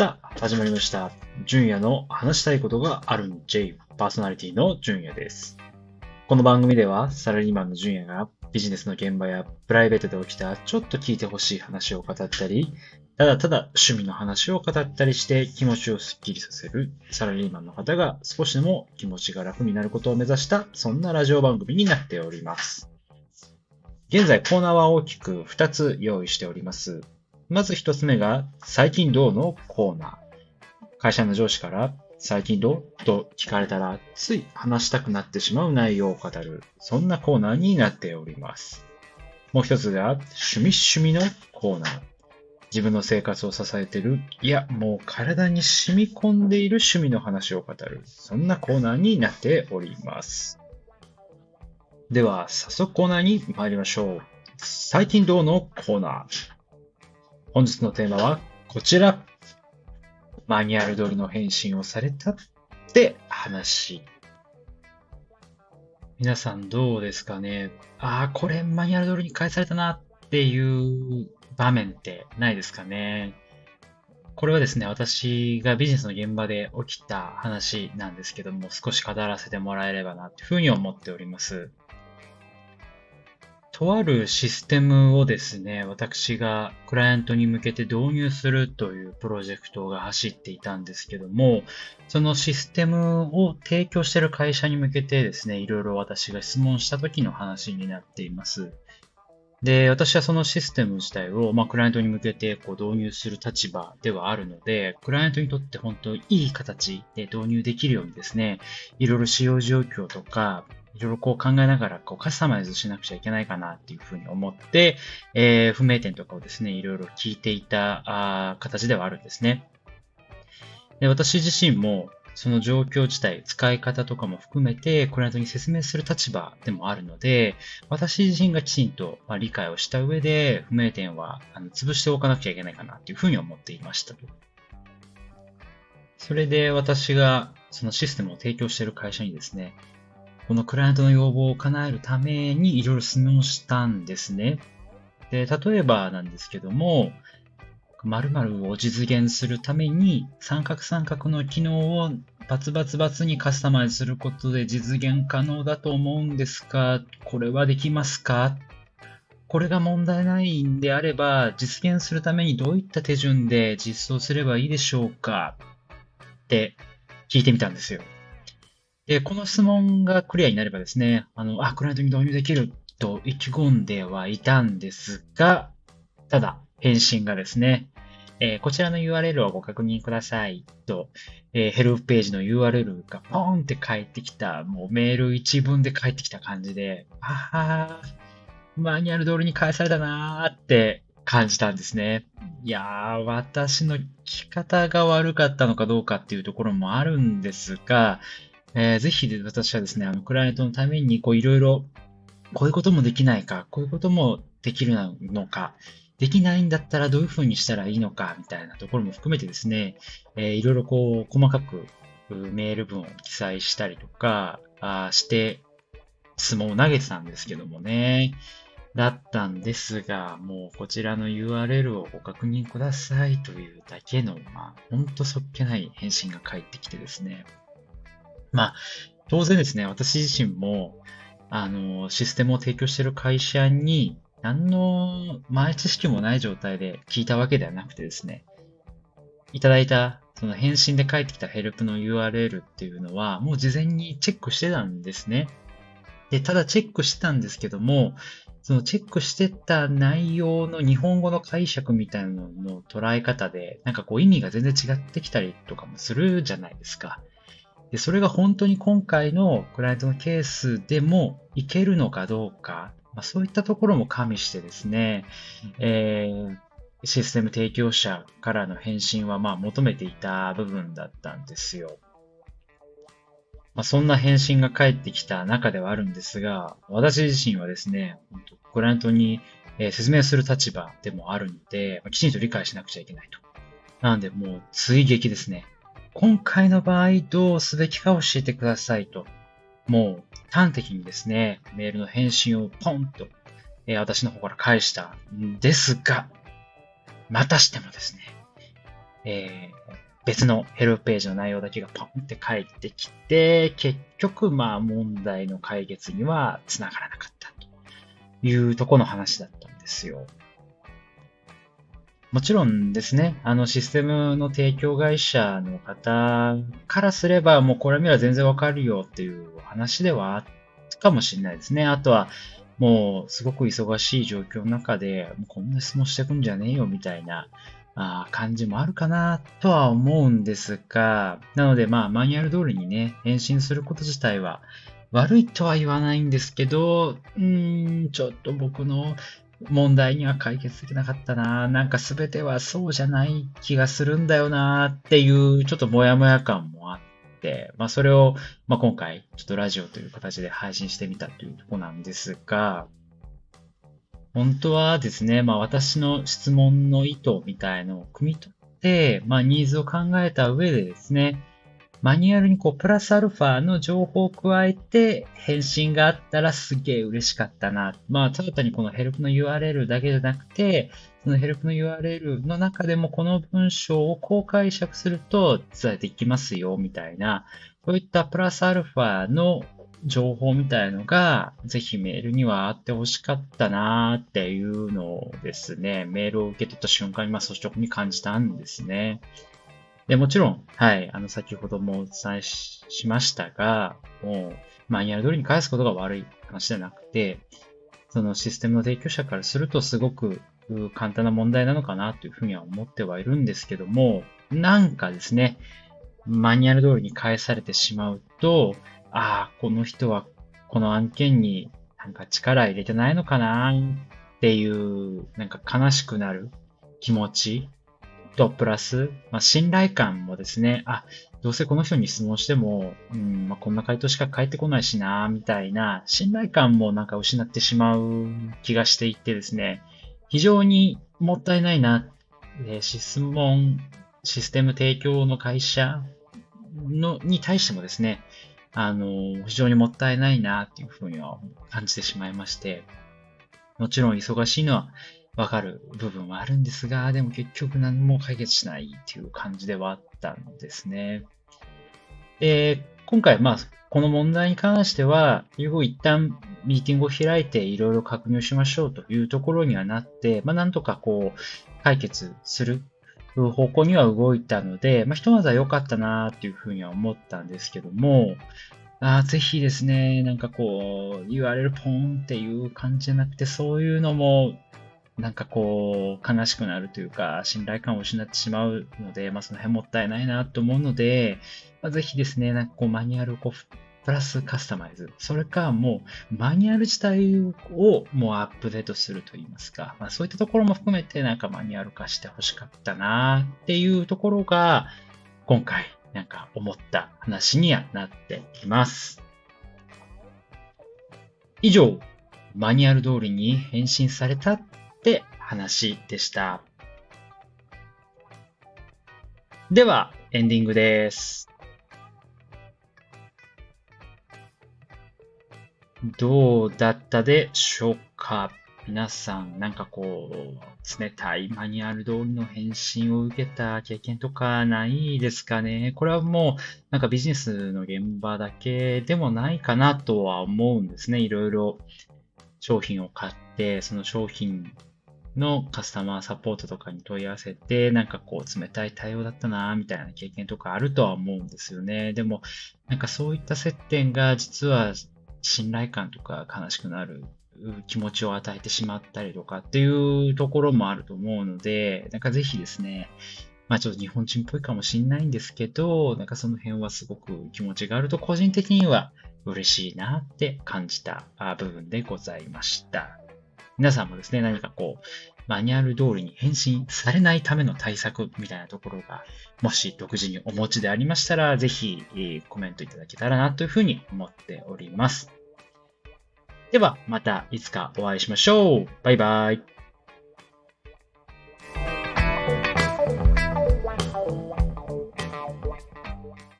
さあ、始まりました。純也の話したいことがあるん J、パーソナリティの純也です。この番組では、サラリーマンの純也がビジネスの現場やプライベートで起きたちょっと聞いてほしい話を語ったり、ただただ趣味の話を語ったりして気持ちをスッキリさせるサラリーマンの方が少しでも気持ちが楽になることを目指した、そんなラジオ番組になっております。現在コーナーは大きく2つ用意しております。まず一つ目が、最近どうのコーナー。会社の上司から、最近どうと聞かれたら、つい話したくなってしまう内容を語る、そんなコーナーになっております。もう一つが、趣味のコーナー。自分の生活を支えている、いや、もう体に染み込んでいる趣味の話を語る、そんなコーナーになっております。では、早速コーナーに参りましょう。最近どうのコーナー。本日のテーマはこちら。マニュアル通りの返信をされたって話。皆さんどうですかね。これマニュアル通りに返されたなっていう場面ってないですかね。これはですね、私がビジネスの現場で起きた話なんですけども、少し語らせてもらえればなというふうに思っております。とあるシステムをですね、私がクライアントに向けて導入するというプロジェクトが走っていたんですけども、そのシステムを提供している会社に向けてですね、いろいろ私が質問した時の話になっています。で、私はそのシステム自体を、クライアントに向けて導入する立場ではあるので、クライアントにとって本当にいい形で導入できるようにですね、いろいろ使用状況とか、いろいろ考えながらカスタマイズしなくちゃいけないかなっていうふうに思って、不明点とかをですね、いろいろ聞いていた形ではあるんですね。で、私自身もその状況自体、使い方とかも含めて、クライアントに説明する立場でもあるので、私自身がきちんと理解をした上で、不明点は潰しておかなくちゃいけないかなというふうに思っていましたと。それで私がそのシステムを提供している会社にですね、このクライアントの要望を叶えるためにいろいろ質問したんですね。で、例えばなんですけども、〇〇を実現するために三角三角の機能をバツバツバツにカスタマイズすることで実現可能だと思うんですが、これはできますか？これが問題ないんであれば、実現するためにどういった手順で実装すればいいでしょうか？って聞いてみたんですよ。で、この質問がクリアになればですね、クライアントに導入できると意気込んではいたんですが、ただ、返信がですね、こちらの URL をご確認くださいと、ヘルプページの URL がポーンって返ってきた、もうメール一文で返ってきた感じで、マニュアル通りに返されたなーって感じたんですね。いやー、私の聞き方が悪かったのかどうかっていうところもあるんですが、ぜひ私はですね、クライアントのためにいろいろ、こういうこともできないか、こういうこともできるのか、できないんだったらどういうふうにしたらいいのか、みたいなところも含めてですね、いろいろ細かくメール文を記載したりとかして、質問を投げてたんですけどもね。だったんですが、もうこちらの URL をご確認くださいというだけの、ほんとそっけない返信が返ってきてですね。当然ですね、私自身も、システムを提供している会社に、何の前知識もない状態で聞いたわけではなくてですね、いただいた、その返信で返ってきたヘルプの URL っていうのは、もう事前にチェックしてたんですね。で、ただチェックしてたんですけども、そのチェックしてた内容の日本語の解釈みたいなのの捉え方で、意味が全然違ってきたりとかもするじゃないですか。で、それが本当に今回のクライアントのケースでもいけるのかどうか、そういったところも加味してですね、システム提供者からの返信は求めていた部分だったんですよ。そんな返信が返ってきた中ではあるんですが、私自身はですね、クライアントに説明する立場でもあるので、きちんと理解しなくちゃいけないと。なので、もう追撃ですね。今回の場合どうすべきか教えてくださいと。もう端的にですね、メールの返信をポンと、私の方から返したんですが、またしてもですね、 別のヘルプページの内容だけがポンって返ってきて、結局問題の解決には繋がらなかったというところの話だったんですよ。もちろんですね、システムの提供会社の方からすれば、もうこれ見れば全然わかるよっていう話ではあったかもしれないですね。あとは、もうすごく忙しい状況の中で、もうこんな質問してくんじゃねえよみたいな感じもあるかなとは思うんですが、なのでマニュアル通りにね、返信すること自体は悪いとは言わないんですけど、ちょっと僕の問題には解決できなかったな。なんか全てはそうじゃない気がするんだよなっていうちょっとモヤモヤ感もあって、それを、今回ちょっとラジオという形で配信してみたというところなんですが、本当はですね、私の質問の意図みたいのを汲み取って、ニーズを考えた上でですね、マニュアルにプラスアルファの情報を加えて返信があったらすげえ嬉しかったな。ただ単にこのヘルプの URL だけじゃなくて、そのヘルプの URL の中でもこの文章をこう解釈すると伝えていきますよ、みたいな、そういったプラスアルファの情報みたいのが、ぜひメールにはあってほしかったなっていうのをですね、メールを受け取った瞬間に率直に感じたんですね。で、もちろん、はい、先ほどもお伝えしましたが、もう、マニュアル通りに返すことが悪い話じゃなくて、そのシステムの提供者からするとすごく簡単な問題なのかなというふうには思ってはいるんですけども、なんかですね、マニュアル通りに返されてしまうと、この人はこの案件になんか力入れてないのかなっていう、なんか悲しくなる気持ちと、プラス、信頼感もですね、どうせこの人に質問しても、こんな回答しか返ってこないしな、みたいな、信頼感もなんか失ってしまう気がしていてですね、非常にもったいないな、システム提供の会社に対してもですね、非常にもったいないな、っていうふうには感じてしまいまして、もちろん忙しいのはわかる部分はあるんですが、でも結局何も解決しないっていう感じではあったんですね。で、今回、この問題に関しては、一旦ミーティングを開いていろいろ確認しましょうというところにはなって、なんとか解決する方向には動いたので、ひとまずは良かったなっていうふうには思ったんですけども、ぜひですね、なんか言われるポンっていう感じじゃなくて、そういうのも、なんか悲しくなるというか、信頼感を失ってしまうので、その辺もったいないなと思うので、ぜひですね、なんかマニュアルをプラスカスタマイズ。それかもう、マニュアル自体をもうアップデートするといいますか、そういったところも含めてなんかマニュアル化してほしかったなっていうところが、今回なんか思った話にはなっています。以上、マニュアル通りに返信されたって話でした。では、エンディングです。どうだったでしょうか？皆さん、なんか冷たいマニュアル通りの返信を受けた経験とかないですかね？これはもう、なんかビジネスの現場だけでもないかなとは思うんですね。いろいろ商品を買って、その商品のカスタマーサポートとかに問い合わせて、なんか冷たい対応だったな、みたいな経験とかあるとは思うんですよね。でも、なんかそういった接点が実は信頼感とか悲しくなる気持ちを与えてしまったりとかっていうところもあると思うので、なんかぜひですね、ちょっと日本人っぽいかもしれないんですけど、なんかその辺はすごく気持ちがあると個人的には嬉しいなって感じた部分でございました。皆さんもですね、何かマニュアル通りに返信されないための対策みたいなところが、もし独自にお持ちでありましたら、ぜひコメントいただけたらなというふうに思っております。では、またいつかお会いしましょう。バイバイ。